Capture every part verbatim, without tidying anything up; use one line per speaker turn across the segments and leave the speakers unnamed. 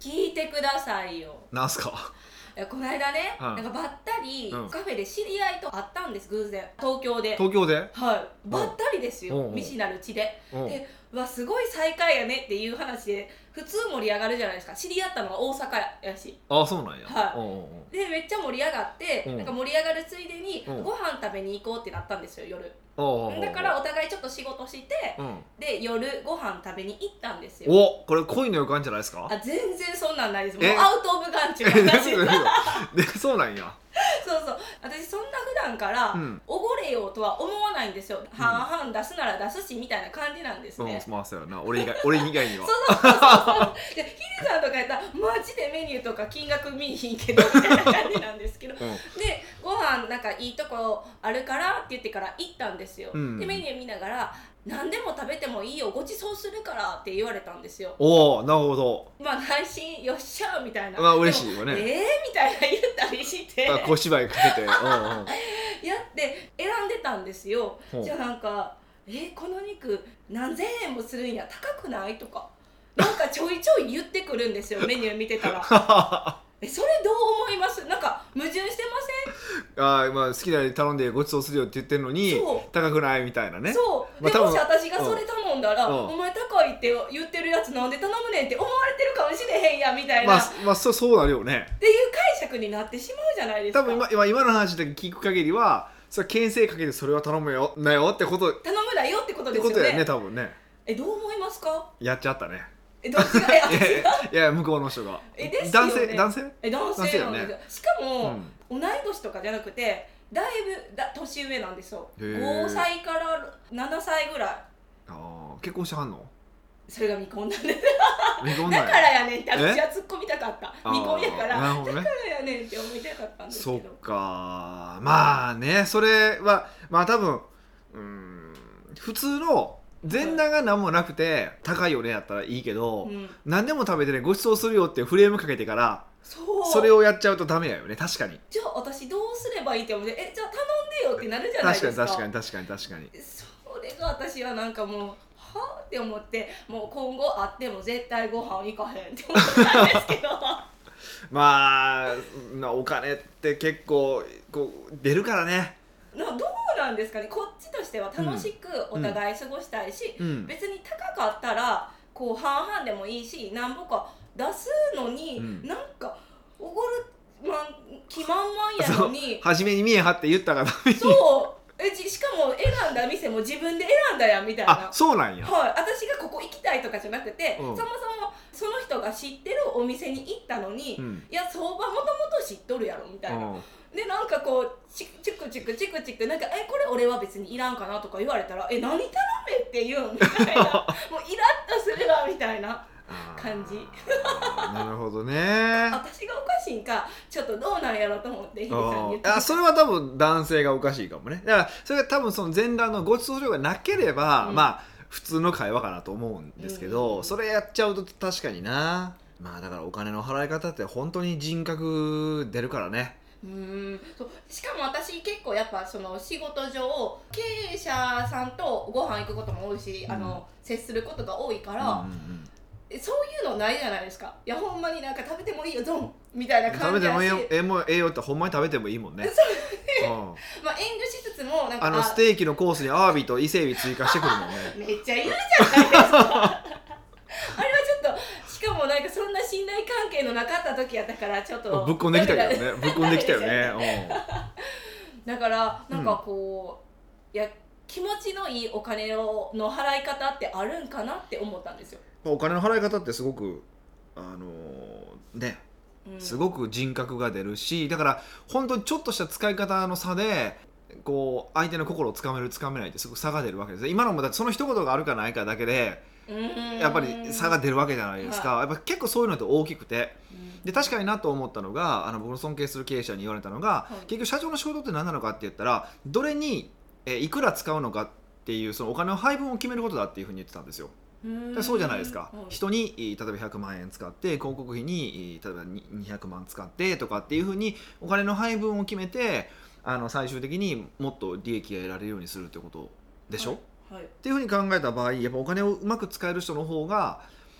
聞いてくださいよ。
なんすか。
いやこの間ね、
はい
なんかばったり
うん
カフェで知り合いと会ったんです、偶然東京で。
東京で。
はいばったりですよ、
うんうん
見知なる地で。
うん
でうわすごい再会やねっていう話で普通盛り上がるじゃないですか。知り合ったのが大阪やし、
ああそうなんや。
はい
うんうんうん
でめっちゃ盛り上がって、
うん
なんか盛り上がるついでに
うん
ご飯食べに行こうってなったんですよ、夜。
おうおうおう
だからお互いちょっと仕事して、
うん
で夜ご飯食べに行ったんですよ。
おこれ恋の予感じゃないですか。
あ全然そんなんないです。もう
え
アウトオブ眼中
え
の話。
でそうなんや。
そうそう、私そんな普段から
うん
おごれようとは思わないんですよ。半々出すなら出すしみたいな感じなんですね。
うんまあそうやな。俺以外俺以外には。
そうそうそうそうでヒデさんとかやったらマジでメニューとか金額見いひんけどみたいな感じなんですけど、
うん
でご飯なんかいいとこあるからって言ってから行ったんですよ、
うん
でメニュー見ながら何でも食べてもいいよごちそうするからって言われたんですよ。
おおなるほど。
まあ内心よっしゃーみたいな、
まあ嬉しいよね
でもえーみたいな言ったりして
あ小芝居かけて。うんうん
やって選んでたんですよ。
ほう
じゃあなんか「えこの肉何千円もするんや高くない?」とかなんかちょいちょい言ってくるんですよメニュー見てたら。えそれどう思います？なんか矛盾してま
あまあ好きなように頼んでごちそうするよって言ってるのに
そう
高くないみたいなね。
せん？そう
まあ多分
でもし私がそれ頼んだら「
うん
お前高いって言ってるやつなんで頼むねん」って思われてるかもしれへんやみたいな、
まあ
っ
まあそうそうなるよね。
ていう解釈になってしまうじゃないですか。
多分今今今の話だけ聞く限りはそれ牽制かけてそれは頼むよなよってことっ
頼むなよってこと
て
ですよね。
ことやね多分ね。
えどう思いますか？
やっちゃったね。
えどっちがえ
い
私が
やいや向こうの人が。
えですよ
男
ね
性男性。
え男性なんですよ、
男
しかも、
うん
同い年とかじゃなくてだいぶだ年上なんですよ。
へー
ごさいからななさいぐらい。
ああ結婚してはんの。
それが未婚なんです。
未婚なんや。
だからやねんって私は突っ込みたかった。
あー
未婚やから
なるほどね
だからやねんって思いたかったんですけど。
そっかまあねそれはまあ多分うーん普通の全裸が何もなくて高いよねやったらいいけど、
うん、
何でも食べてねごちそうするよっていうフレームかけてから
そう
それをやっちゃうとダメやよね確かに。
じゃあ私どうすればいいって思ってえじゃあ頼んでよってなるじゃない
確
ですか。
かに確かに確かに確かに。
それが私はなんかもうはあって思ってもう今後会っても絶対ご飯行かへんって思ったんですけど
まあなお金って結構こう出るからね。
などうなんですかね。こっちとしては楽しくお互い過ごしたいし、
うん
別に高かったらこう半々でもいいし何ぼか出すのに、
うん
なんかおごる、まん、気満々や
そう
のに
初めに見え張って言ったがダメに。
そうえじしかも選んだ店も自分で選んだやんみたいな。
あそうなんや。
はい、私がここ行きたいとかじゃなくて、
うん
そもそもその人が知ってるお店に行ったのに、
うん
いや相場もともと知っとるやろみたいな、
うん
でなんかこうチチクチクチクチクなんかえこれ俺は別にいらんかなとか言われたらえ何頼めって言うんみたいなもうイラッとするわみたいな感じ。
あーなるほどね。
私がおかしいんかちょっとどうなんやろと思ってヒデさんに言って
あそれは多分男性がおかしいかもね。だからそれが多分その全裸のごちそう量がなければ、
うん
まあ普通の会話かなと思うんですけど、
うん
それやっちゃうと確かにな。まあだからお金の払い方って本当に人格出るからね。
うーんそうしかも私結構やっぱその仕事上経営者さんとご飯行くことも多いし、
うん
あの接することが多いから、
うんうんうん
えそういうのないじゃないですか。いやほんまになんか食べてもいいよゾンみたいな
食
感じやし
べてもええよええもんええよってほんまに食べてもいいもんね。うん
まあ遠慮しつつもなんか
あのステーキのコースにアワビと伊勢海老追加してくるもんね。
めっちゃ言うじゃないですかあれはちょっとしかもなんかそんな信頼関係のなかった時やったからちょっと
ぶっこんできたけどね。ぶっこんできたよね。
だからなんかこう、いや気持ちのいいお金をの払い方ってあるんかなって思ったんですよ、
うん、お金の払い方ってすごくあのーね
うん、
すごく人格が出るし、だから本当にちょっとした使い方の差でこう相手の心をつかめるつかめないってすごく差が出るわけです。今のもだってその一言があるかないかだけで
うん
やっぱり差が出るわけじゃないですか、
は
やっぱ結構そういうのって大きくて、
うん
で確かになと思ったのがあの僕の尊敬する経営者に言われたのが、
はい
結局社長の仕事って何なのかって言ったらどれにえーいくら使うのかっていうそのお金の配分を決めることだっていうふうに言ってたんですよ。でそうじゃないですか、
はい
人にえー例えばひゃくまんえん使って広告費にえー例えばににひゃくまん使ってとかっていうふうにお金の配分を決めてあの最終的にもっと利益が得られるようにするってことでしょ、
はいはい
っていうふうに考えた場合やっぱお金をうまく使える人の方が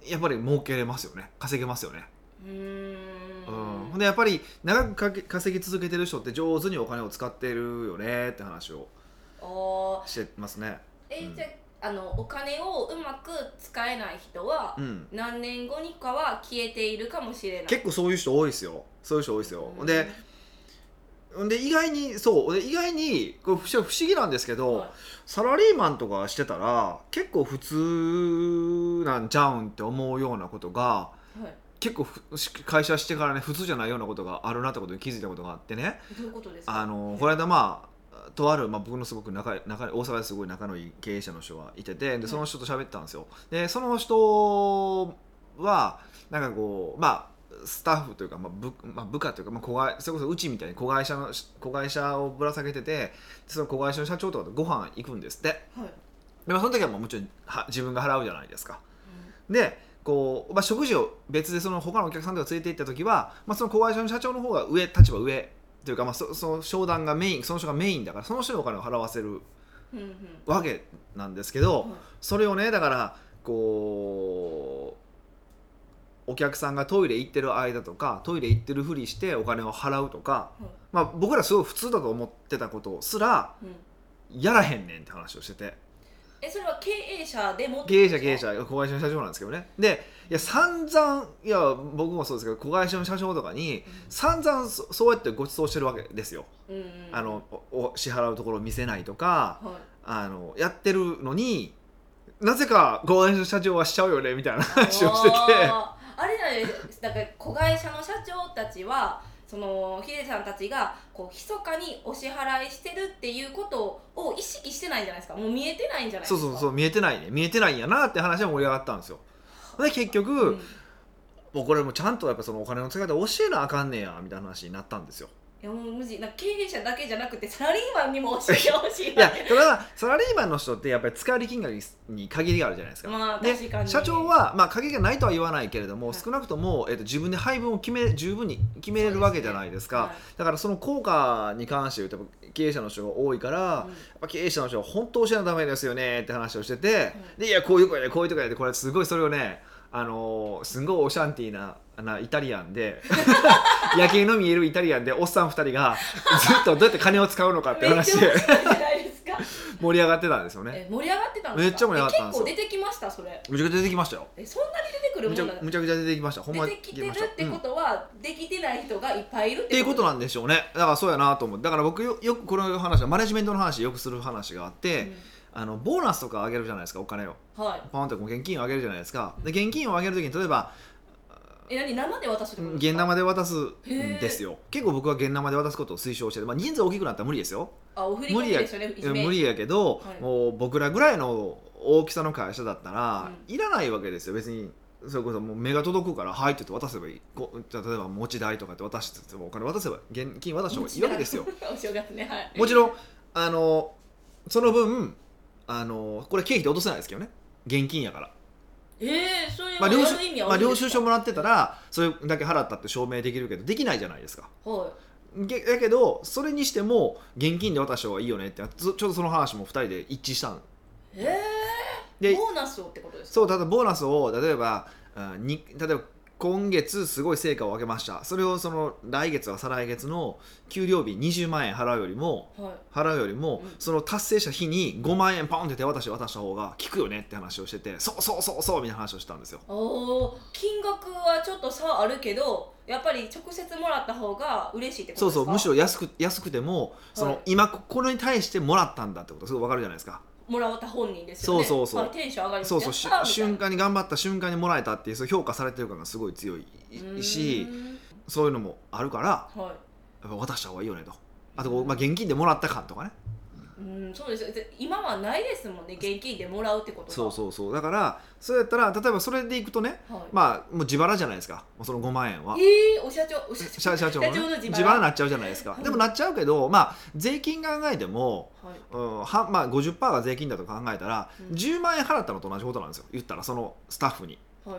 やっぱり儲けれますよね、稼げますよね。
うーん
うん、でやっぱり長くかけ稼ぎ続けてる人って上手にお金を使ってるよねって話を
あー
してますね。
え
うん
じゃあ、あのお金をうまく使えない人は、
うん、
何年後にかは消えているかもしれない。
結構そういう人多いですよ。そういう人多いですよ。
うん
でで意外にそうで意外にこれ不思不思議なんですけど、
はい
サラリーマンとかしてたら結構普通なんちゃうんって思うようなことが
はい
結構ふ会社してからね普通じゃないようなことがあるなってことに気づいたことがあってね、
どういうことですか？
あのこの間まあとある、まあ、僕のすごく仲仲大阪ですごい仲のいい経営者の人がいてて、でその人と喋ってたんですよ。でその人はなんかこうまあスタッフというか、まあ 部, まあ、部下というか、まあ、子会それこそうちみたいに子会社の子会社をぶら下げてて、その子会社の社長とかとご飯行くんですって。
はい
で、まあ、その時はもうもちろんは自分が払うじゃないですか。でこう、まあ、食事を別でその他のお客さんとか連れて行った時は、まあ、その子会社の社長の方が上立場上というか、まあ、そ, その商談がメインその人がメインだからその人にお金を払わせる
うんうん
わけなんですけど、
はい
それをねだからこうお客さんがトイレ行ってる間とかトイレ行ってるふりしてお金を払うとか、
はい
まあ、僕らすごい普通だと思ってたことすら
うん
やらへんねんって話をしてて、
えそれは経営者でも
経営者経営者子会社の社長なんですけどね。でいや散々いや僕もそうですけど子会社の社長とかに散々 そ, そうやってご馳走してるわけですよ。
うんうんうん
あのおお支払うところを見せないとか、
はい
あのやってるのになぜか子会社の社長はしちゃうよねみたいな話をしてて
あーあれなんですだから子会社の社長たちはそのヒデさんたちがこう密かにお支払いしてるっていうことを意識してないんじゃないですか。もう見えてないんじゃないですか。
そうそうそう見えてないね見えてないんやなって話は盛り上がったんですよ。で結局、
うん
もうこれもちゃんとやっぱそのお金の使い方教えなあかんねやみたいな話になったんですよ。
いやもう無事なんか経営者だけじゃなくてサラリーマンにも教えてほしい
いやただサラリーマンの人ってやっぱり使える金額に限りがあるじゃないですか。
まあ
で
確かに
社長は、まあ、限りがないとは言わないけれども、
はい
少なくとも、えー、と自分で配分を決め十分に決めれるわけじゃないですか。
そうですね
だからその効果に関して言うと経営者の人が多いから、
はい
やっぱ経営者の人は本当教えなダメですよねって話をしてて、
はい
でいやこういうとこやでこういうとこやでこれすごいそれをねあのー、すごいオシャンティーななイタリアンで夜景の見えるイタリアンでおっさんふたりがずっとどうやって金を使うのかって話で
めっちゃ面白いじゃないですか
盛り上がってたんですよね。
え盛り上がってたんですか。
めっちゃ盛り上がったんですよ
え結構出てきましたそれ。
むちゃくちゃ出てきましたよ。
えそんなに出てくる
むちゃ
もんなん
むちゃくちゃ出てきました。ほんま
出てきてる
ました
ってことは、うん、できてない人がいっぱいいるっ
っていうことなん
で
でしょうね。だからそうやなと思う。だから僕 よ, よくこの話はマネジメントの話よくする話があって、うん、あのボーナスとか上げるじゃないですか。お金を、
はい、
ポンと現金を上げるじゃないですか。で現金を上げるときに例えば
え何生で渡すってことですか。
現生で渡すんですよ。結構僕は現生で渡すことを推奨してて、まあ、人数大きくなったら無理ですよ。
あお振り込みですよね。
無理や無理やけど、はい、もう僕らぐらいの大きさの会社だったら、うん、いらないわけですよ別に。それこそもう目が届くからはいって言って渡せばいい。こ例えば持ち代とかって渡してお金渡せば現金渡した方がいいわけですよ。
お正月ね、はい、
もちろんあのその分あのこれ経費で落とせないですけどね現金やから。
えー、そういう、まあ、領収
まあ、領収書もらってたらそれだけ払ったって証明できるけどできないじゃないですか。
はい
だけどそれにしても現金で渡した方がいいよねってちょっとその話もふたりで一致したん
えー、ボーナスをってことですか。
そうただボーナスを例えばに例えば今月すごい成果を上げました。それをその来月は再来月の給料日にじゅうまんえん払うよりも、はい、払うよりも、うん、その達成した日にごまんえんポンって手渡し渡した方が効くよねって話をしてて、そうそうそうそうみたいな話をしたんですよ。
お金額はちょっと差あるけどやっぱり直接もらった方が嬉しいってことですか。
そうそうむしろ安く安くてもその、はい、今これに対してもらったんだってことすごい分かるじゃないですか。
もらった本人ですよね。
そうそうそう、
はい、テンション上がります。
そうそう瞬間に頑張った瞬間にもらえたっていうそう評価されてる感がすごい強いし、そういうのもあるから、はい、やっぱ渡した方がいいよねと。あと、まあ、現金でもらった感とかね。
うんそうですよ。今はないですもんね現金でもらうってことが。
そうそうそうだからそうやったら例えばそれでいくとね、はい、まあもう自腹じゃないですかそのごまんえんは。
えー、お社長お社
長社長も、ね、自腹になっちゃうじゃないですか、はい、でもなっちゃうけどまあ税金考えても、はいうんはまあ、ごじゅっパーセントが税金だと考えたら、うん、じゅうまんえん払ったのと同じことなんですよ言ったらそのスタッフに、はい、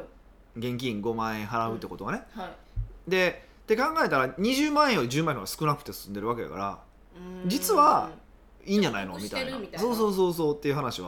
現金ごまんえん払うってことはね、はいはい、でって考えたらにじゅうまんえんよりじゅうまんえんの方が少なくて済んでるわけだから実はいいんじゃないのみたいなそうそうそうそうっていう話は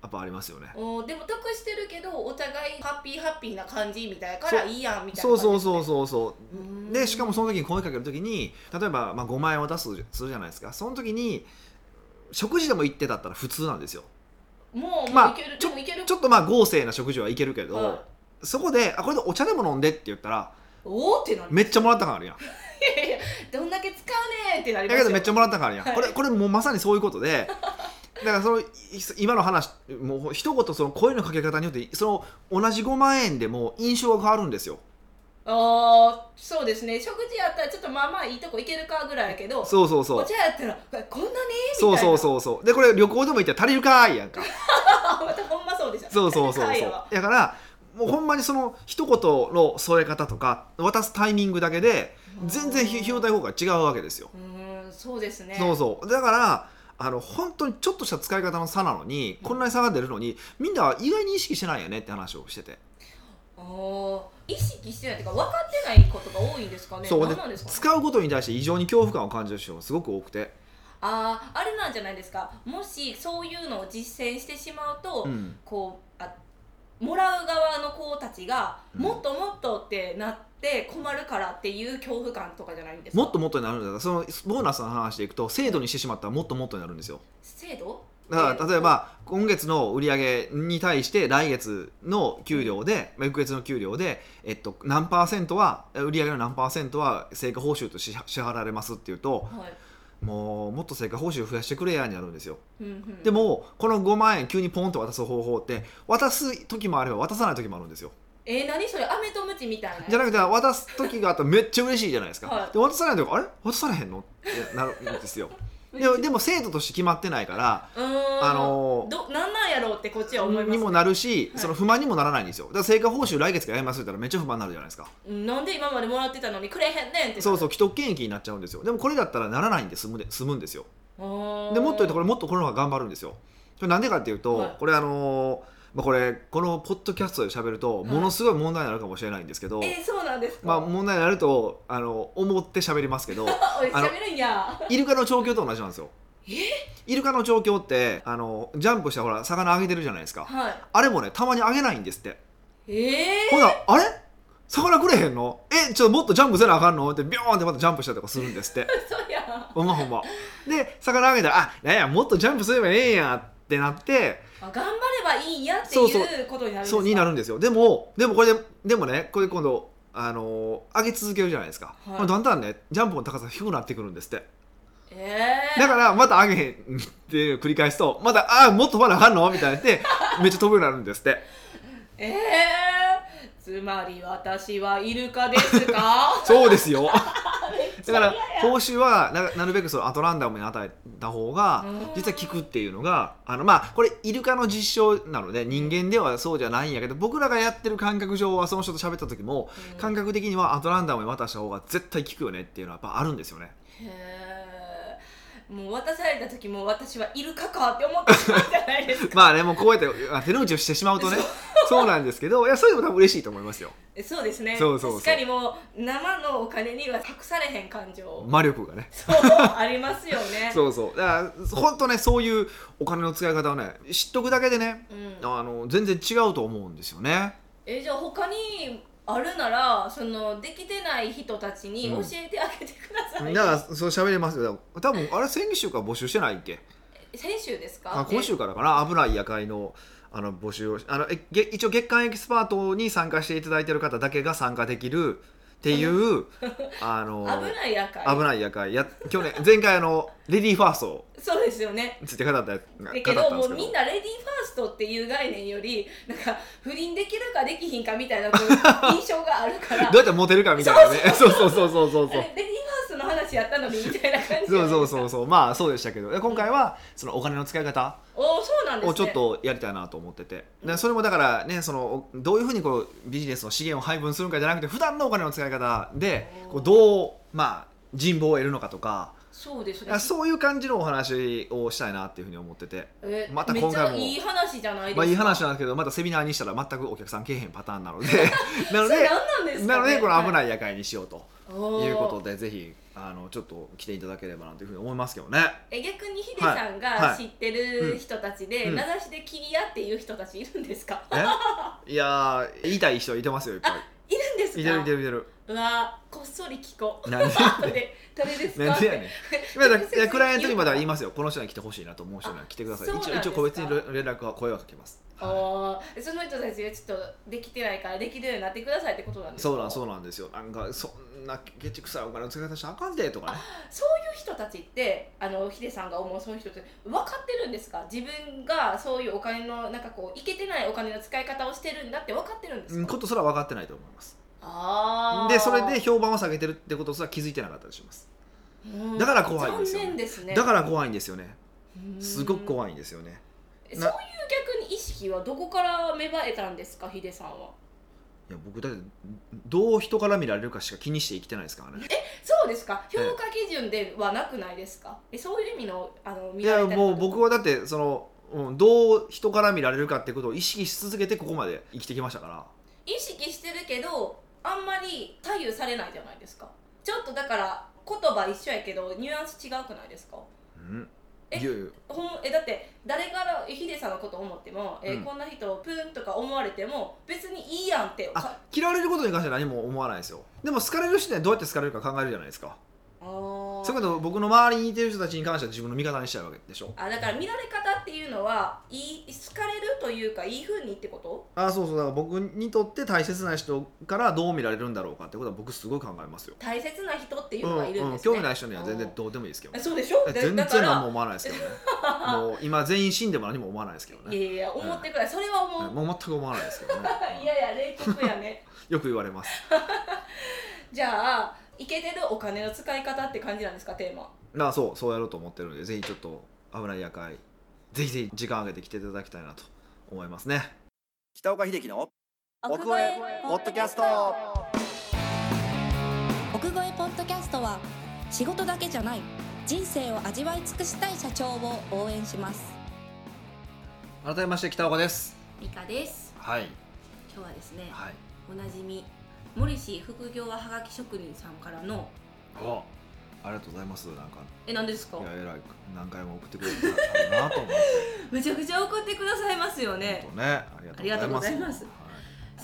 やっぱありますよね。
おでも得してるけどお互いハッピーハッピーな感じみたいからいいやんみたいな
そう
感じです、ね、
そうそうそうそうでしかもその時に声かける時に例えばまあごまん円渡すするじゃないですか。その時に食事でも行ってだったら普通なんですよ。
もう、
まあ、
もういける
ちょ
でもいける
ちょっとまあ豪勢な食事はいけるけど、
はい
そこであこれでお茶でも飲んでって言ったら
おーってなる
めっちゃもらった感あるやん。
いやいやどんだけ使うねーってなりま
だ
すよ
けどめっちゃもらった感あるやん、
はい
これこれもうまさにそういうことでだからそのい今の話もう一言その声のかけ方によってその同じごまん円でも印象が変わるんですよ。
あーそうですね。食事やったらちょっとまあまあいいとこ行けるかぐらいやけど
そうそうそう
お茶やったらこんなにみたいな
そうそうそうそうでこれ旅行でも行ったら足りるかーいやんか
またほんまそうでしょ
そうそうそうそう
高いわ
だからもうほんまにその一言の添え方とか渡すタイミングだけで全然費用対効果が違うわけですよ。
うーんそうですね。
そうそうだからあの本当にちょっとした使い方の差なのにこんなに差が出るのにみんなは意外に意識してないよねって話をしてて、
あー意識してないっていうか分かってないことが多いんですかね。
そうで
何なんですかね。
使うことに対して異常に恐怖感を感じる人がすごく多くて、
あーあれなんじゃないですか。もしそういうのを実践してしまうと、
うん
こうあもらう側の子たちが
うん
もっともっとってなって困るからっていう恐怖感とかじゃないんですか。
もっともっとになるんだからそのボーナスの話でいくと制度にしてしまったらもっともっとになるんですよ。
制度
だから例えば今月の売上に対して来月の給料で翌月の給料で、えっと、何パーセントは売上の何パーセントは成果報酬とし支払われますっていうと
はい
もうもっと成果報酬増やしてくれやになるんですよ。
うんうん
でもこのごまん円急にポンと渡す方法って渡す時もあれば渡さない時もあるんですよ。
えー、何それ飴とムチみたいなやつ
じゃなくて渡す時があったらめっちゃ嬉しいじゃないですか、
はい
で渡さない時あれ渡されへんのってなるんですよ。でもでも制度として決まってないから
うーん
あのー
どなんなんやろうってこっちは思います、ね、
にもなるし、
はい
その不満にもならないんですよ。だから成果報酬来月からやりますって言ったらめっちゃ不満になるじゃないですか。
なんで今までもらってたのにくれへんねんって
そうそう既得権益になっちゃうんですよ。でもこれだったらならないんで済むで済むんですよ。
う
でもっと言うとこれもっとこの方が頑張るんですよ。それなんでかっていうと、
はい
これあのーまあ、これこのポッドキャストで喋るとものすごい問題になるかもしれないんですけど、
えー、そうなんですか、
まあ問題になるとあの思って喋りますけど
おい
あの
喋るんや
イルカの状況と同じなんですよ。
え
イルカの状況ってあのジャンプしてほら魚あげてるじゃないですか。
はい
あれもねたまにあげないんですって。
え
ほなあれ魚くれへんのえちょっともっとジャンプせなあかんのってビョーンってまたジャンプしたりとかするんですって
ー、そうや
ほんまほんまで魚あげたらあなんやもっとジャンプすればええんやってなって
あ頑張ればいいんやって
そうそう
いうことになるんですか。
そうになるんですよ。でもでもこれででもねこれ今度あのー上げ続けるじゃないですか、
はい
だんだんねジャンプの高さが低くなってくるんですって。
えー、
だからまた上げへんっていう繰り返すとまたああもっとまだあかんのみたいになってめっちゃ飛ぶようになるんですって
えー、つまり私はイルカですか
そうですよ
めっちゃ嫌や
だから報酬はななるべくそのアトランダムに与えた方が
うん
実は効くっていうのがあのまあこれイルカの実証なので人間ではそうじゃないんやけど僕らがやってる感覚上はその人と喋った時も
うん
感覚的にはアトランダムに渡した方が絶対効くよねっていうのはやっぱあるんですよね。
へーもう渡された時も私はイルカかって思ってしまうじゃないですか
まあねもうこうやってあ手の内をしてしまうとねそうなんですけどいやそれでも多分嬉しいと思いますよ。
えそうですね。
そうそうそう
確かにもう生のお金には隠されへん感情
魔力がね
そうありますよね。
そうそうだから本当ねそういうお金の使い方をね知っとくだけでね
うん、
あの全然違うと思うんですよね。
えじゃあ他にあるならそのできてない人たちに教えてあげてください、
だからそう喋れますよ。多分あれ先週から募集してないっけ
先週ですか。
あ今週からかな危ない夜会のあの募集をあのえげ一応月間エキスパートに参加していただいている方だけが参加できるっていうあの
危ない夜会
危ない夜会や去年前回あのレディーファースト
そうですよね。
について語ったや
だ
語
けども
ったんですけど
うみんなレディーファーストっていう概念よりなんか不倫できるかできひんかみたいなこう印象があるから
どうやってモテるかみたいなねそうそうそうそうそうそう
あれレディーファーストの話やったのにみたいな感じじゃないですか。
そうそうそうそうまあそうでしたけど今回はそのお金の使い方
おそうなんですね。
をちょっとやりたいなと思っててでそれもだからねそのどういうふうにこうビジネスの資源を配分するかじゃなくて普段のお金の使い方でこうどうまあ人望を得るのかとか
そうですね。
そういう感じのお話をしたいなっていうふうに思ってて
え
また今回も
めっちゃいい話じゃないですか。
まあいい話なんですけどまたセミナーにしたら全くお客さん来えへんパ
そ
ターンなのでなの
れ
で
何なんですかね。
なのでこの危
い
ない夜会にしようということでぜひあのちょっと来ていただければなというふうに思いますけどね。
え逆にヒデさんが知ってる人たちで、
うん、
名指しでキリアっていう人たちいるんですか？
えいやー言いたい人いてますよいっぱい。
いるんですか？
いてるいてるいてる。
うわこっそり聞こう。
なんで
誰誰ですか？
なんでやねん。今だいやクライアントにまだ言いますよ。この人に来てほしいなと思う人には来てください。一応一応個別に連絡は声はかけます。
ああ、その人たちがちょっとできてないからできるようになってくださいってことなんですか？
そうなんそうなんですよ。なんかそんなケチくさいお金の使い方したらあかんでとかね。
そういう人たちってあのヒデさんが思うそういう人って分かってるんですか？自分がそういうお金のなんかこういけてないお金の使い方をしてるんだって分かってるんですか？
ことすら分かってないと思います。
あ
でそれで評判を下げてるってことすら気づいてなかったりします。だから怖いんですよ、ね。
残念ですね。
だから怖いんですよね。すごく怖いんですよね。
そういう逆に意識はどこから芽生えたんですか、ヒデさんは。
いや僕だってどう人から見られるかしか気にして生きてないですからね。
え、そうですか。評価基準ではなくないですか。え、そういう意味のあの見られたりとか。
いやもう僕はだってその、うん、どう人から見られるかってことを意識し続けてここまで生きてきましたから。
意識してるけどあんまり左右されないじゃないですか。ちょっとだから言葉一緒やけどニュアンス違くないですか？
うん
えほんえだって誰からヒデさんのこと思っても、え、うん、こんな人プンとか思われても別にいいやんって。
あ嫌われることに関しては何も思わないですよ。でも好かれる人にはどうやって好かれるか考えるじゃないですか。あそういうこと僕の周りにいてる人たちに関しては自分の味方にしちゃうわけでしょ。
あだから見られ方っていうのはいい好かれるというかいい風にってこと？
あそうそうだから僕にとって大切な人からどう見られるんだろうかってことは僕すごい考えますよ。
大切な人っていうのがいるんですね、うんうん、
興味ない人には全然どうでもいいですけど、ね、
そうでしょ。
全然何も思わないですけどねもう今全員死んでも何も思わないですけどね。
いやいや思ってください、それは思う、
もう全く思わないですけどね
いやいや冷酷やね
よく言われます
じゃあイケてるお金の使い方って感じなんですか、テーマ。
まあそうそうやろうと思ってるのでぜひちょっと危ない夜会ぜひぜひ時間をかけて来ていただきたいなと思いますね。北岡秀樹の奥越えポッドキャスト。
奥越えポッドキャストは仕事だけじゃない人生を味わい尽くしたい社長を応援します。
改めまして北岡です。
美香です。
はい、
今日はですね、
はい、
おなじみ森氏副業ははがき職人さんからの
おありがとうございます。なんか
え何ですか。
いやえらい何回も送ってくれたなと思って
めちゃくちゃ送ってくださいますよね。
本当ねありがとうございます。
はい、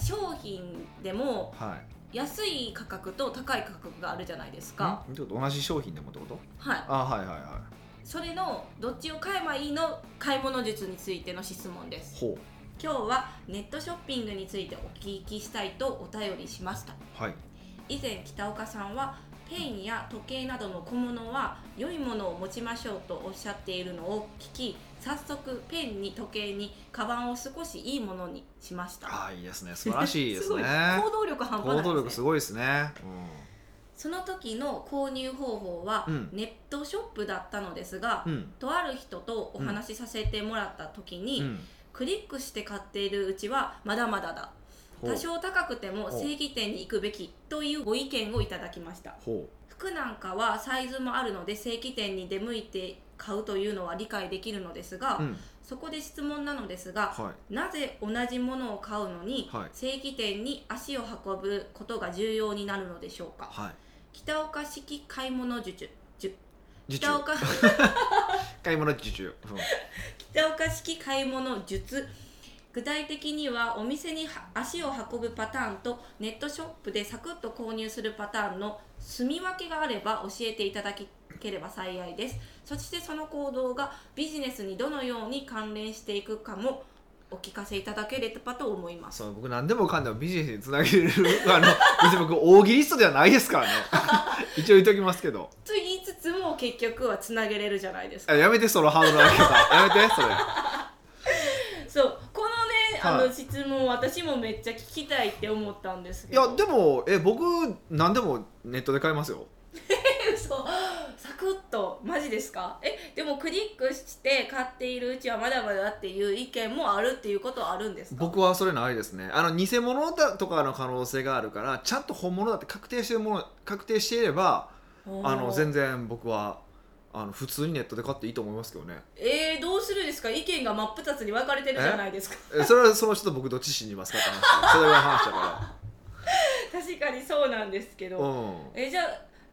商品でも、はい、安い価格と高い価格があるじゃないですか。
ちょっと同じ商品でもってこと？
はい。
あはいはいはい。
それのどっちを買えばいいの買い物術についての質問です。
ほう。
今日はネットショッピングについてお聞きしたいとお便りしました。
はい。
以前北岡さんはペンや時計などの小物は良いものを持ちましょうとおっしゃっているのを聞き、早速ペンに時計にカバンを少しいいものにしました。
ああいいですね、素晴らしいですね
すごい行動力半端ないですね。
行動力すごいですね、うん、
その時の購入方法はネットショップだったのですが、うん、とある人とお話しさせてもらった時に、うん、クリックして買っているうちはまだまだだ、多少高くても正規店に行くべきというご意見をいただきました。服なんかはサイズもあるので正規店に出向いて買うというのは理解できるのですが、うん、そこで質問なのですが、はい、なぜ同じものを買うのに、はい、正規店に足を運ぶことが重要になるのでしょうか。はい、北岡式買い物術北岡
買い物術
北岡式買い物術、具体的にはお店に足を運ぶパターンとネットショップでサクッと購入するパターンの住み分けがあれば教えていただければ幸いです。そしてその行動がビジネスにどのように関連していくかもお聞かせいただければと思います。
そう僕何でもかんでもビジネスにつなげるあの別に僕大喜利ストではないですからね一応言っときますけど
と言いつつも結局はつなげれるじゃないですか。
やめてそのハードルの上げ方やめてそれ
そうこのね、はい、あの質問私もめっちゃ聞きたいって思ったんですけど。
いやでもえ僕何でもネットで買いますよ
そうサクッとマジですか。えでもクリックして買っているうちはまだまだっていう意見もあるっていうことはあるんですか。
僕はそれないですね。あの偽物だとかの可能性があるからちゃんと本物だって確定しているもの確定していればあの全然僕はあの普通にネットで買っていいと思いますけどね。
えー、どうするですか。意見が真っ二つに分かれてるじゃないですか。
えそれはその人と僕どっち信じますかって話それが話だから
確かにそうなんですけど、うん、えじゃああ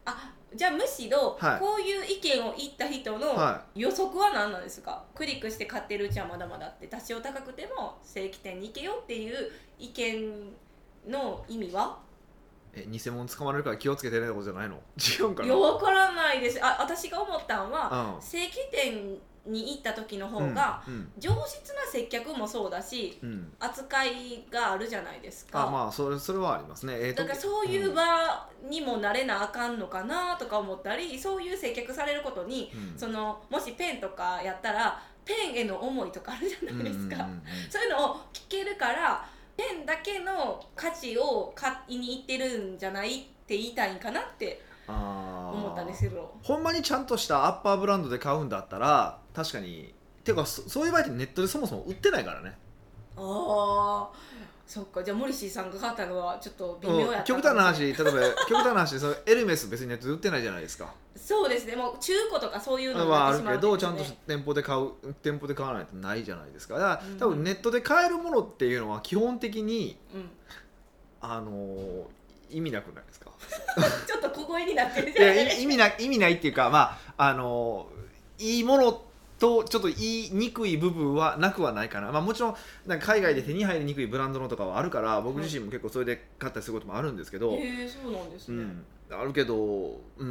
じゃあむしろ、
はい、
こういう意見を言った人の予測は何なんですか、はい、クリックして買ってるうちはまだまだって多少高くても正規店に行けよっていう意見の意味は
え偽物捕まれるから気をつけてねってことじゃないの？違うんかな。
いや分からないです。あ私が思ったのは、
うん、
正規店に行った時の方が、うんうん、上質な接客もそうだし、うん、扱いがあるじゃないですか。
あまあそれそれはありますね、えー、
だからそういう場にもなれなあかんのかなとか思ったり、うん、そういう接客されることに、うん、そのもしペンとかやったらペンへの思いとかあるじゃないですか、うんうんうんうん、そういうのを聞けるからペンだけの価値を買いに行ってるんじゃないって言いたいんかなって思ったんですけど、
ほんまにちゃんとしたアッパーブランドで買うんだったら確かにていうか そ, そういう場合ってネットでそもそも売ってないからね。
ああそっか。じゃあモリシーさんが買ったのはちょっと微妙やった、うん、
極端な話例えば極端な話そのエルメス別にネットで売ってないじゃないですか。
そうですね。もう中古とかそういうの
はあるけど、ちゃんと店舗で買う店舗で買わないとないじゃないですか。だから、うん、多分ネットで買えるものっていうのは基本的に、うん、あのー、意味なくないですか
ちょっと小声になってるじゃないですか。いや意味な
意味ないっていうか、まああのー、いいものとちょっと言いにくい部分はなくはないかな。まあ、もちろんなんか海外で手に入りにくいブランドのとかはあるから僕自身も結構それで買ったりすることもあるんですけど、
へえそうなんですね、
うん、あるけど、うん、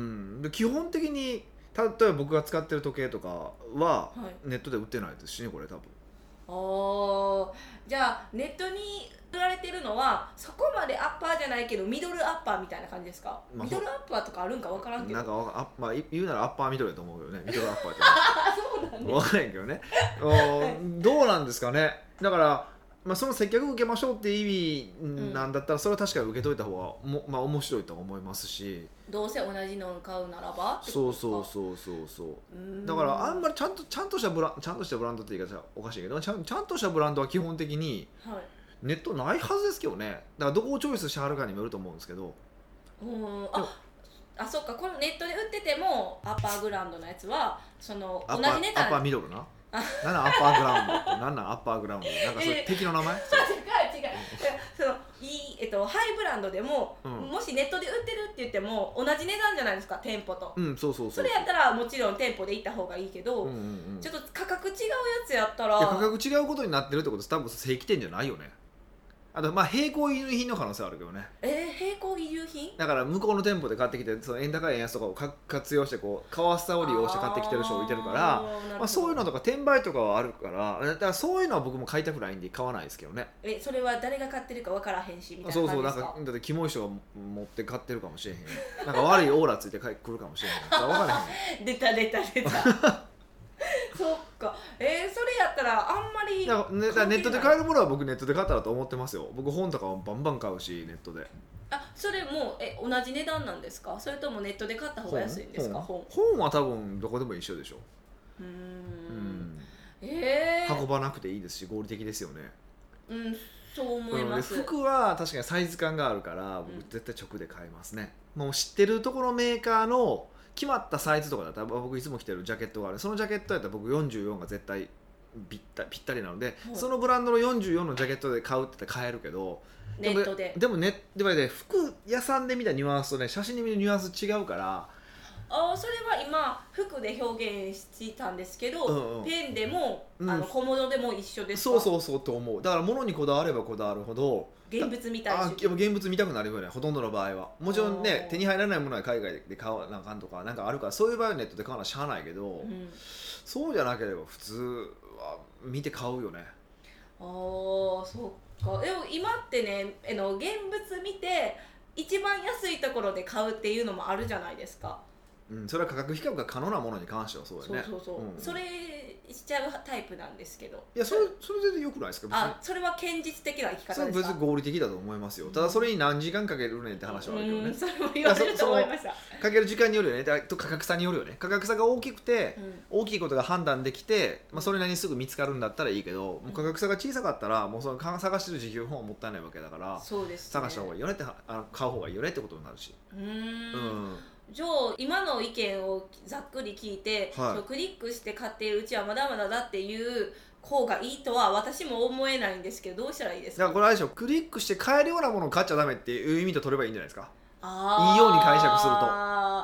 で基本的に例えば僕が使ってる時計とかはネットで売ってないですしねこれ多分。
あじゃあネットに売られてるのはそこまでアッパーじゃないけどミドルアッパーみたいな感じですか、まあ、ミドルアッパーとかあるんか分からんけど
なんかあ、まあ、言うならアッパーミドルだと思うよねミドルアッパーって
そうなんです
分からんけどねどうなんですかね。だからまあ、その接客受けましょうっていう意味なんだったらそれは確かに受けといた方がも、まあ、面白いと思いますし、
どうせ同じのを買うならばって
そうそうそうそうそうだからあんまりちゃんとちゃんとしたブランちゃんとしたブランドって言い方はおかしいけどちゃん、ちゃんとしたブランドは基本的にネットないはずですけどね。だからどこをチョイスしてはるかにもよると思うんですけど、
うんああそっか。このネットで売っててもアッパーグラウンドのやつはその同じ値段
アッパーミドルななんなんアッパーグラウンドってなんなんアッパーグラウンドなんかそれ敵の名前違う違う
そのいい、えっと、ハイブランドでも、うん、もしネットで売ってるって言っても同じ値段じゃないですか店舗と、
うん、そうそうそう
それやったらもちろん店舗で行った方がいいけど、うんうんうん、ちょっと価格違うやつやったら
いや価格違うことになってるってことです。多分正規店じゃないよね。あとまあ並行輸入品の可能性はあるけどね。
えー、並行輸入品
だから向こうの店舗で買ってきてその円高い円安とかを活用してこう為替を利用して買ってきてる人をいてるから、まあ、そういうのとか転売とかはあるからだからそういうのは僕も買いたくないんで買わないですけどね。
えそれは誰が買ってるか分からへんしみたいな感じですか。
そうそうなんかだってキモい人が持って買ってるかもしれへんなんか悪いオーラついてくるかもしれへん分からへん
出た出た出たそっか。えー、それやったらあんまり
だからね、だからネットで買えるものは僕ネットで買ったらと思ってますよ。僕本とかもバンバン買うしネットで。
あそれもえ同じ値段なんですか、それともネットで買った方が安いんですか。
本 本, 本は多分どこでも一緒でしょ。
うーん
うん
えー、
運ばなくていいですし合理的ですよね。
うんそう思います、
うん、服は確かにサイズ感があるから僕絶対直で買いますね、うん、もう知ってるところメーカーの決まったサイズとかだったら僕いつも着てるジャケットがあるそのジャケットやったら僕よんじゅうよんが絶対ぴったぴったりなので、はい、そのブランドのよんじゅうよんのジャケットで買うって言ったら買えるけど
ネットで
でもねでもね服屋さんで見たニュアンスとね写真で見るニュアンス違うから
あそれは今服で表現してたんですけど、うんうん、ペンでも、うん、あの小物でも一緒ですか。
そうそうそうと思う。だから物にこだわればこだわるほど
現物見たいし
あ現物見たくなるよねほとんどの場合は。もちろんね手に入らないものは海外で買わなあかんとかなんかあるからそういう場合はネットで買わなしゃあないけど、うん、そうじゃなければ普通は見て買うよね。
あーそっか。でも今ってねあの現物見て一番安いところで買うっていうのもあるじゃないですか。
うん、それは価格比較が可能なものに関してはそうだよね。
そうそうそう、うん、それしちゃうタイプなんですけど。
いやそれそれ全然良くないですか。
あそれは堅実的な生き方ですか。
それは別に合理的だと思いますよ、うん、ただそれに何時間かけるねって話はあるけどね、
うん、それも言われると思いました。
かける時間によるよねと価格差によるよね。価格差が大きくて、うん、大きいことが判断できて、まあ、それなりにすぐ見つかるんだったらいいけど、うん、もう価格差が小さかったらもうその探してる時給の方はもったいないわけだから、
そうです、ね、
探した方がいいよねってあの買う方がいいよねってことになるし。
うーんうんじゃあ今の意見をざっくり聞いて、はい、そうクリックして買っているうちはまだまだだっていう方がいいとは私も思えないんですけどどうしたらいいですか。
だからこれあれでしょクリックして買えるようなものを買っちゃダメっていう意味と取ればいいんじゃないですか。
あ
いいように解釈すると。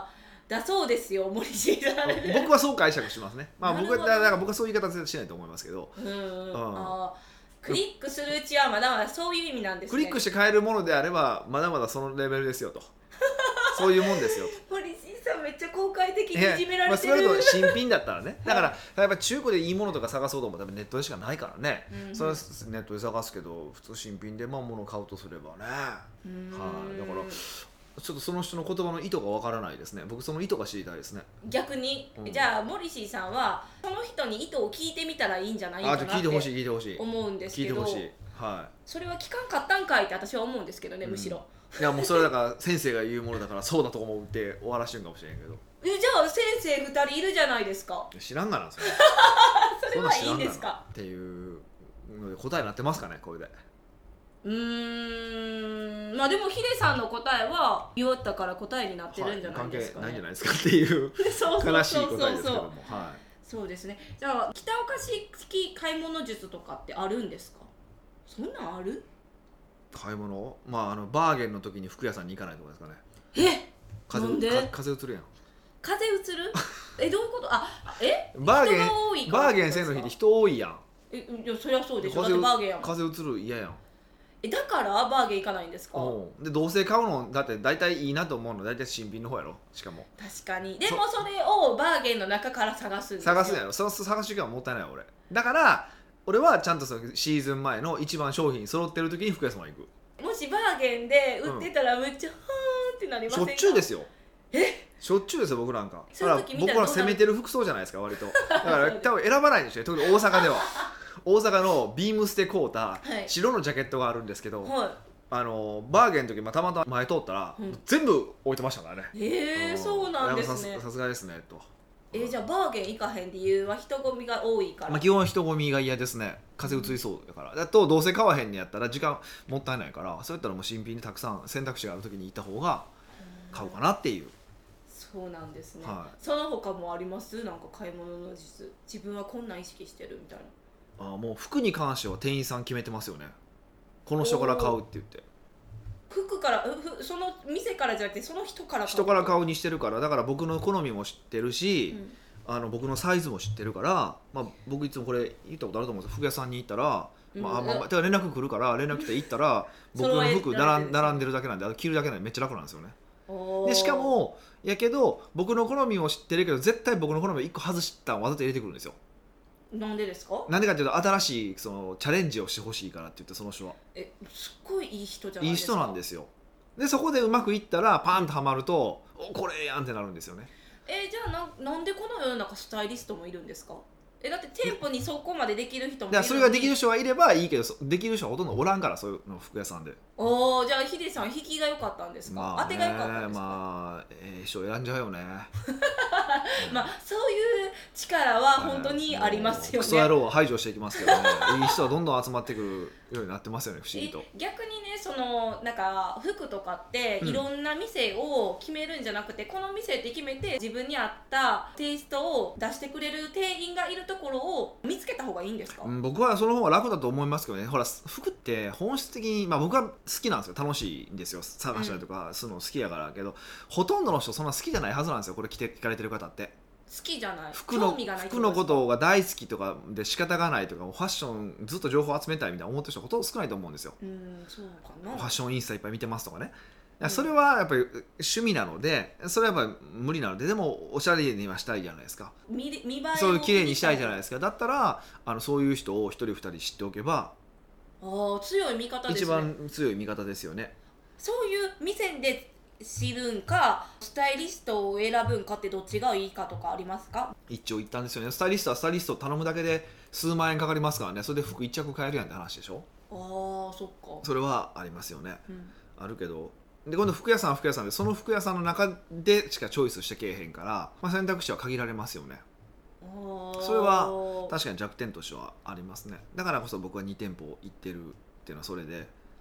だそうですよ森進さん
僕はそう解釈しますね。まあ僕は
なるほど
だから僕はそういう言い方はしないと思いますけど、
うん、うん
うん
あクリックするうちはまだまだそういう意味なんですね。
クリックして買えるものであればまだまだそのレベルですよとそういうもんですよと
森進さんめっちゃ公開的にいじめら
まあ、
れてる、
それだと新品だったらねだからやっぱ中古でいいものとか探そうと思ったらネットでしかないからね、
うん、
それはネットで探すけど普通新品でまあ物を買うとすればね、
うーん
はい、だからちょっとその人の言葉の意図がわからないですね。僕その意図が知りたいですね。
逆に、
うん
じゃあモリシーさんはその人に意図を聞いてみたらいいんじゃないかな
あ、じゃあ聞いてほし
って
い聞いてほしい
思うんです
聞い
けど、
てほしい。は
それは聞かんかったんかいって私は思うんですけどね、
うん
むしろ
い。いやもうそれだから先生が言うものだからそうだと思うって終わらしてるかもしれんけど。
えじゃあ先生ふたりいるじゃないですか。
知らんがなそれ。
それはいいんですか。
っていうので答えになってますかねこれで。
うーんまあでもヒデさんの答えは言おったから答えになってるんじゃないですかね、
はい、関係ないんじゃないですかっていう
そうそうそうそう
悲しい答えですけども。は
そうですね。じゃあ北岡式買い物術とかってあるんですか。そんなんある？
い。買い物？まああのバーゲンの時に服屋さんに行かないとこですかね。
え
風
なんで
か風移るやん。
風移るえどういうことあえ
バーゲン
人が多いから
バーゲンせんの日って人多いやん。
えいやそりゃそうでしょ。だっ
風
てバーゲンやもん。
風移る嫌やん。
えだからバーゲン行かないんですか。
うんでどうせ買うのだって大体いいなと思うの大体新品の方やろしかも
確かに。でもそれをバーゲンの中から探すんですよ。
探すんやろその探す時間もったいない俺だから俺はちゃんとそのシーズン前の一番商品揃ってる時に服屋さんは行く
もしバーゲンで売ってたらめっちゃ、はーってなりま
しょ
せんか。
っちゅうですよ
え
しょっちゅうですよ僕なんか
そういう時見たら
だから僕は攻めてる服装じゃないですか割とだから
そうです
多分選ばないんですよ特に大阪では大阪のビームスで買うた
はい
白のジャケットがあるんですけど、
は
あのバーゲンの時、まあ、たまたま前通ったら、
うん
全部置いてましたからね
い。えー、そうなんですね
いやさ。すがですねと
えー、じゃあバーゲン行かへん理由は人混みが多いから。
まあ、基本人混みが嫌ですね風邪移りそうだから、だとどうせ買わへんねやったら時間もったいないからそうやったらもう新品でたくさん選択肢がある時に行った方が買うかなっていう、
そうなんですね、
はい
その他もあります？なんか買い物の実自分はこんなん意識してるみたいな。
あもう服に関しては店員さん決めてますよねこの人から買うって言って
服からふその店からじゃなくてその人から買う
人から買うにしてるからだから僕の好みも知ってるし、
うん
あの僕のサイズも知ってるから、まあ、僕いつもこれ言ったことあると思うんですよ服屋さんに行ったら、まあ
うん
まあ、てか連絡来るから連絡来て行ったら僕の服
揃えられてるんですね
並ん並んでるだけなんであと着るだけなんでめっちゃ楽なんですよね
おー
でしかもやけど僕の好みを知ってるけど絶対僕の好みをいっこ外したんわざと入れてくるんですよ
なんでですか？
なんでかっていうと新しいそのチャレンジをしてほしいからって言ってその人は
えすっごいいい人じゃない
いい
ですか。
人なんですよでそこでうまくいったらパンとはまるとおこれやんってなるんですよね
えーじゃあななんでこの世の中スタイリストもいるんですか？えだって店舗にそこまでできる人もいるのに
だからそれができる人はいればいいけどそできる人はほとんどおらんからそういうの服屋さんで
おーじゃあヒデさん引きが良かったんですか、
まあね
当てが良かったんですか、
まあええ人選んじゃうよね
まあそういう力は本当にありますよね。
クソ野郎は排除していきますけどねいい人はどんどん集まってくるようになってますよね不思議と
え逆にねそのなんか服とかって
うん
いろんな店を決めるんじゃなくて、この店って決めて自分に合ったテイストを出してくれる店員がいるところを見つけた方がいいんですか？
うん僕はその方が楽だと思いますけどねほら服って本質的に、まあ、僕は好きなんですよ楽しいんですよ探したりとかするの好きやからけど、ほとんどの人そんな好きじゃないはずなんですよこれ着て聞かれてる方って
好きじゃない
服の
興味がないって
服の
ですか
ことが大好きとかで仕方がないとかファッションずっと情報集めたいみたいな思ってる人ほとんど少ないと思うんですよ
うんそうかな
ファッションインスタいっぱい見てますとかね
うん
それはやっぱり趣味なのでそれはやっぱり無理なのででもおしゃれにはしたいじゃないですか
見れ見栄えを
そういう綺麗にしたいじゃない
い
ですかだったらあのそういう人を一人二人知っておけば
あー強い味方ですね
一番強い味方ですよね
そういう店で知るんかスタイリストを選ぶんかってどっちがいいかとかありますか？
一長一短ですよねスタイリストはスタイリストを頼むだけで数万円かかりますからねそれで服一着買えるやんって話でしょ
あーそっか
それはありますよね
うん
あるけどで今度服屋さんは服屋さんでその服屋さんの中でしかチョイスしてけえへんから、まあ、選択肢は限られますよね
あー
それは確かに弱点としてはありますねだからこそ僕はに店舗行ってるっていうのはそれで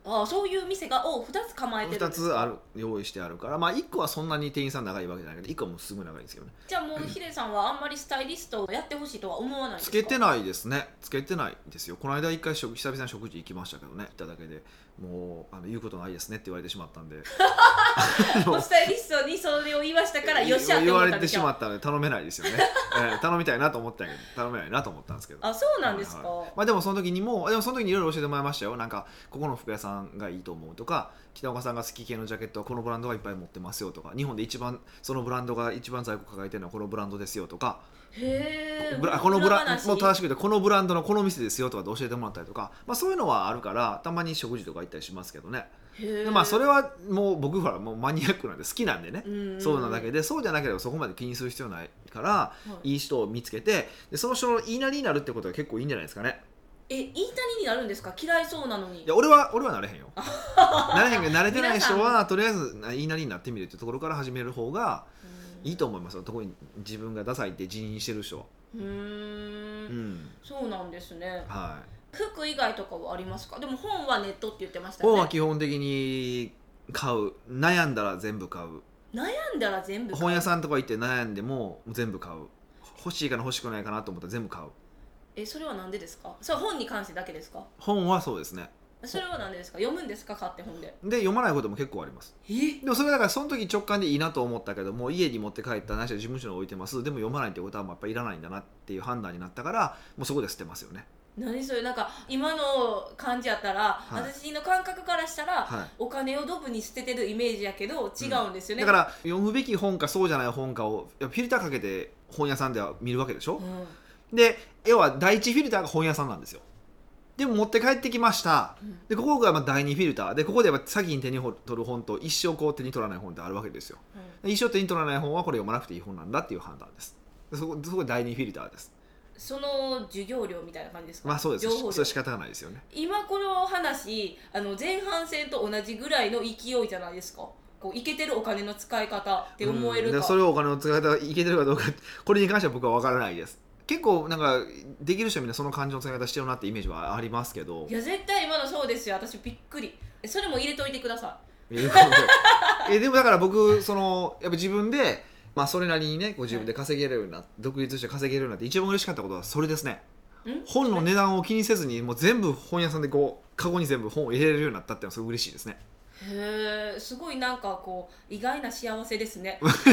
ああ、そういう店がをふたつ構えてるんですか。
ふたつある用意してあるから、まあいっこはそんなに店員さん長いわけじゃないけどいっこはもうすぐ長いんですけどね。
じゃあもうヒデさんはあんまりスタイリストをやってほしいとは思わないですか。
つけてないですね。つけてないですよ。この間一回食久々に食事行きましたけどね、行っただけでもうあの言うことないですねって言われてしまったんで
もうスタイリストにそれを言わしたからよっしゃって
言われて
思ったんでしょ。
しまったので頼めないですよね、えー頼みたいなと思ったけど頼めないなと思ったんですけど。
あ、そうなんですか、
はいはい、まあ、でもその時にもでもその時にいろいろ教えてもらいましたよ。なんかここの服屋さんがいいと思うとか、北岡さんが好き系のジャケットはこのブランドがいっぱい持ってますよとか、日本で一番そのブランドが一番在庫抱えてるのはこのブランドですよとか、
へ
ブラこのブラ
裏話
もう正しく言うとこのブランドのこの店ですよとかで教えてもらったりとか、まあ、そういうのはあるからたまに食事とか行ったりしますけどね。
へ
でまあそれはもう僕はもうマニアックなんで好きなんでね、
うん
そうなだけで、そうじゃなければそこまで気にする必要ないから、
はい
いい人を見つけてでその人の言いなりになるってことが結構いいんじゃないですかね。
え、言い谷になるんですか。嫌いそうなのに。
いや俺は俺はなれへんよなれへんけど慣れてない人はとりあえず言いなりになってみるっていうところから始める方がいいと思いますよ。特に自分がダサいって自認してる人は。
うーん、
うん、
そうなんですね。
はい、
服以外とかはありますか。でも本はネットって言ってましたよ
本
ね。
は基本的に買う。悩んだら全部買う。
悩んだら全部買う。
本屋さんとか行って悩んでも全部買う。欲しいかな欲しくないかなと思ったら全部買う。
え、それはなんでですか。それは本に関してだけですか。
本はそうですね。
それはなんでですか。読むんですか、買って本で。
で読まないことも結構あります。
え、
でもそれだからその時直感でいいなと思ったけども家に持って帰ったなしは事務所に置いてます。でも読まないってことはもうやっぱりいらないんだなっていう判断になったからもうそこで捨てますよね。
何それ。なんか今の感じやったら、
はい
私の感覚からしたら、
はい
お金をドブに捨ててるイメージやけど違うんですよね、
だから読むべき本かそうじゃない本かをフィルターかけて本屋さんでは見るわけでしょ、
うん、
で要は第一フィルターが本屋さんなんですよ。でも持って帰ってきました、
うん、
でここがまあ第二フィルターでここでは先に手に取る本と一生こう手に取らない本ってあるわけですよ、
うん、
一生手に取らない本はこれ読まなくていい本なんだっていう判断です。でそこそこが第二フィルターです。
その授業料みたいな感じですか。
まあそうです。
情報量
それ仕方がないですよね。
今この話あの前半戦と同じぐらいの勢いじゃないですか。こうイケてるお金の使い方って思えるか、
うん、でそれをお金の使い方いけてるかどうかこれに関しては僕は分からないです。結構なんかできる人はみんなその感情の使い方してるなってイメージはありますけど、
いや絶対今のそうですよ。私びっくり。それも入れといてください。
えでもだから僕そのやっぱ自分で、まあ、それなりにねこう自分で稼げるようにな、はい、独立して稼げるようになって一番嬉しかったことはそれですね。本の値段を気にせずにもう全部本屋さんでこうカゴに全部本を入れれるようになったっていうのはすごい嬉しいですね。
へえ、すごいなんかこう意外な幸せですねそんな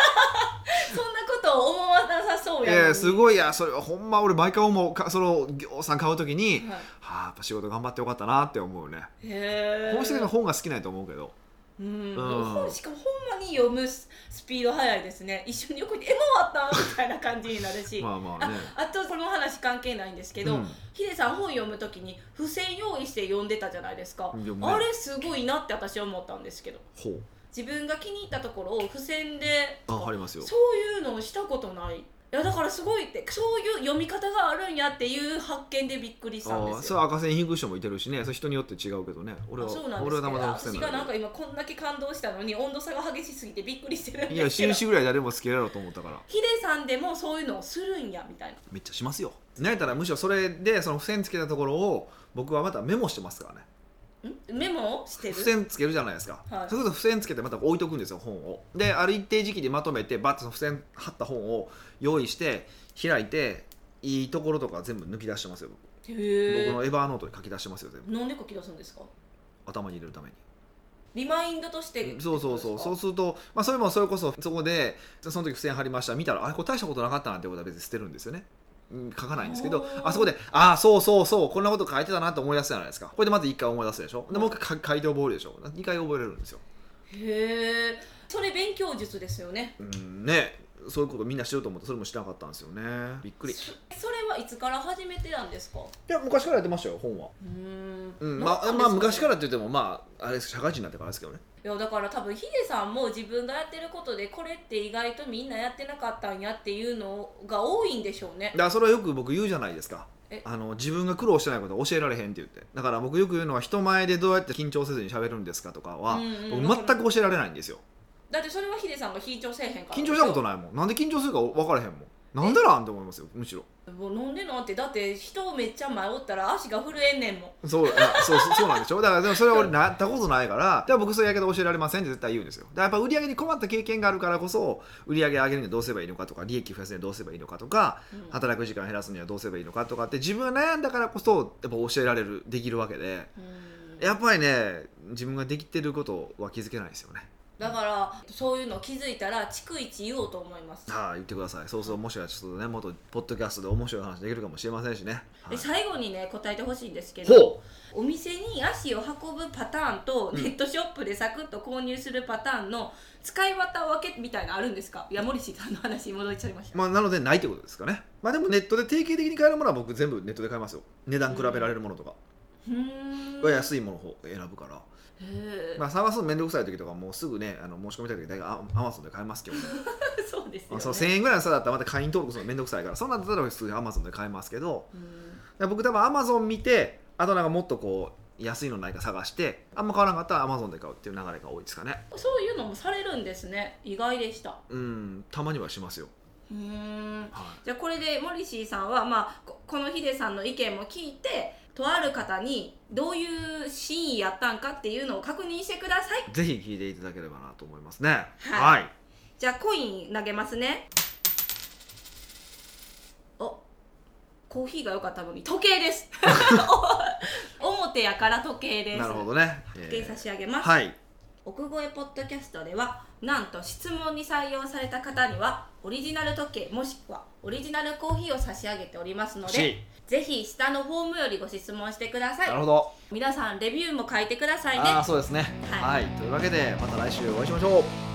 ことを思わなさそうやのに、
えー、すごい。いやそれはほんま俺毎回思うかその業さん買うときに、はい、はあやっぱ仕事頑張ってよかったなって思うね。
へえ。
本質的に本が好きないと思うけど、
うん、うん、本しかもほんまに読むスピード速いですね。一緒に横に「えもうあった?」みたいな感じになるし
まあまあね。
あ, あとこの話関係ないんですけど、うん、ヒデさん本読むときに付箋用意して読んでたじゃないですか、ね、あれすごいなって私は思ったんですけど、
ほう
自分が気に入ったところを付箋で
あ貼りますよ。
そういうのをしたことない。いやだからすごいってそういう読み方があるんやっていう発見でびっくりしたんですよ。
あそれ赤線引く人もいてるしね。それ人によって違うけどね。俺は
そうなんですけど、
俺はたまたま
私がなんか今こんだけ感動したのに温度差が激しすぎてびっくりしてるんですけど。
いや印ぐらい誰もつけられろと思ったから。
ヒデさんでもそういうのをするんやみたいな。
めっちゃしますよ。なんやったらむしろそれでその付箋つけたところを僕はまたメモしてますからね。
んメモしてる。
付箋つけるじゃないですか、はい、そうすると付箋つけてまた置いとくんですよ本を。である一定時期でまとめてバッとその付箋貼った本を用意して開いていいところとか全部抜き出してますよ。
へ
僕のエヴァーノートで書き出してますよ全部。
なんで書き出すんですか。
頭に入れるために。
リマインドとして
そうそうそう。そうすると、まあ、それもそれこそそこでその時付箋貼りました見たらあれこれ大したことなかったなってことは別に捨てるんですよね。書かないんですけど、あそこでああそうそうそうこんなこと書いてたなと思い出すじゃないですか。これでまずいっかい思い出すでしょ。でもう一回書いて覚えるでしょ。にかい覚えれるんですよ。
へえ。それ勉強術ですよね。
うんね。そういうことみんなしようと思ってそれもしなかったんですよね。びっくり。そ
れはいつから始めてたんですか。
いや昔からやってましたよ本は。うん、うん、まあまあ昔からって言ってもまああれ社会人になってからですけどね。
いやだから多分ヒデさんも自分がやってることでこれって意外とみんなやってなかったんやっていうのが多いんでしょうね。
だからそれはよく僕言うじゃないですか。あの自分が苦労してないことは教えられへんって言って。だから僕よく言うのは人前でどうやって緊張せずに喋るんですかとかは、うんうん、僕全く教えられないんですよ。
だってそれはヒデさんが緊張せえへんから。
緊張したことないもん。なんで緊張するか分からへんもん。 なんでなんって思いますよむしろ。
もう飲んでのってだって人めっちゃ迷ったら足が震えんねんもん。
そうあそうそうそうなんでしょ。だからでもそれは俺なったことないからでも僕そういうやり方教えられませんって絶対言うんですよ。だからやっぱ売り上げに困った経験があるからこそ売り上げ上げるにはどうすればいいのかとか利益増やすにはどうすればいいのかとか、うん、働く時間減らすにはどうすればいいのかとかって自分が悩んだからこそやっぱ教えられるできるわけで、うん、やっぱりね自分ができてることは気づけないですよね。
だからそういうの気づいたら逐一言おうと思います。
ああ言ってください。そうそうもしかしたらちょっとねもっとポッドキャストで面白い話できるかもしれませんしね、
はい、で最後にね答えてほしいんですけどお店に足を運ぶパターンとネットショップでサクッと購入するパターンの使い方分けみたいなのあるんですか。いや森氏さんの話に戻っちゃいました。
まあなのでないってことですかね。まあでもネットで定型的に買えるものは僕全部ネットで買いますよ。値段比べられるものとかは安いものを選ぶから。へまあ探すのめんどくさい時とかもうすぐねあの申し込みたい時大体アマゾンで買えますけど、ね、
そうですよね。
そうせんえんぐらいの差だったらまた会員登録するのめんどくさいからそんなんだったら普通にアマゾンで買えますけど、うん僕多分アマゾン見てあとなんかもっとこう安いのないか探してあんま買わなかったらアマゾンで買うっていう流れが多いですかね。
そういうのもされるんですね。意外でした。
うんたまにはしますよ。
うーん、はい、じゃあこれでモリシーさんは、まあ、こ, このヒデさんの意見も聞いてとある方にどういう真意やったんかっていうのを確認してください。
ぜひ聞いていただければなと思いますね。
はい、はい、じゃあコイン投げますね。おコーヒーが良かったのに時計です表やから時計です。
なるほどね、
時計差し上げます、
はい。
奥越ポッドキャストではなんと質問に採用された方にはオリジナル時計もしくはオリジナルコーヒーを差し上げておりますのでぜひ下のフォームよりご質問してください。
なるほど。
皆さんレビューも書いてくださいね。
あそうですね、はい、はい、というわけでまた来週お会いしましょう。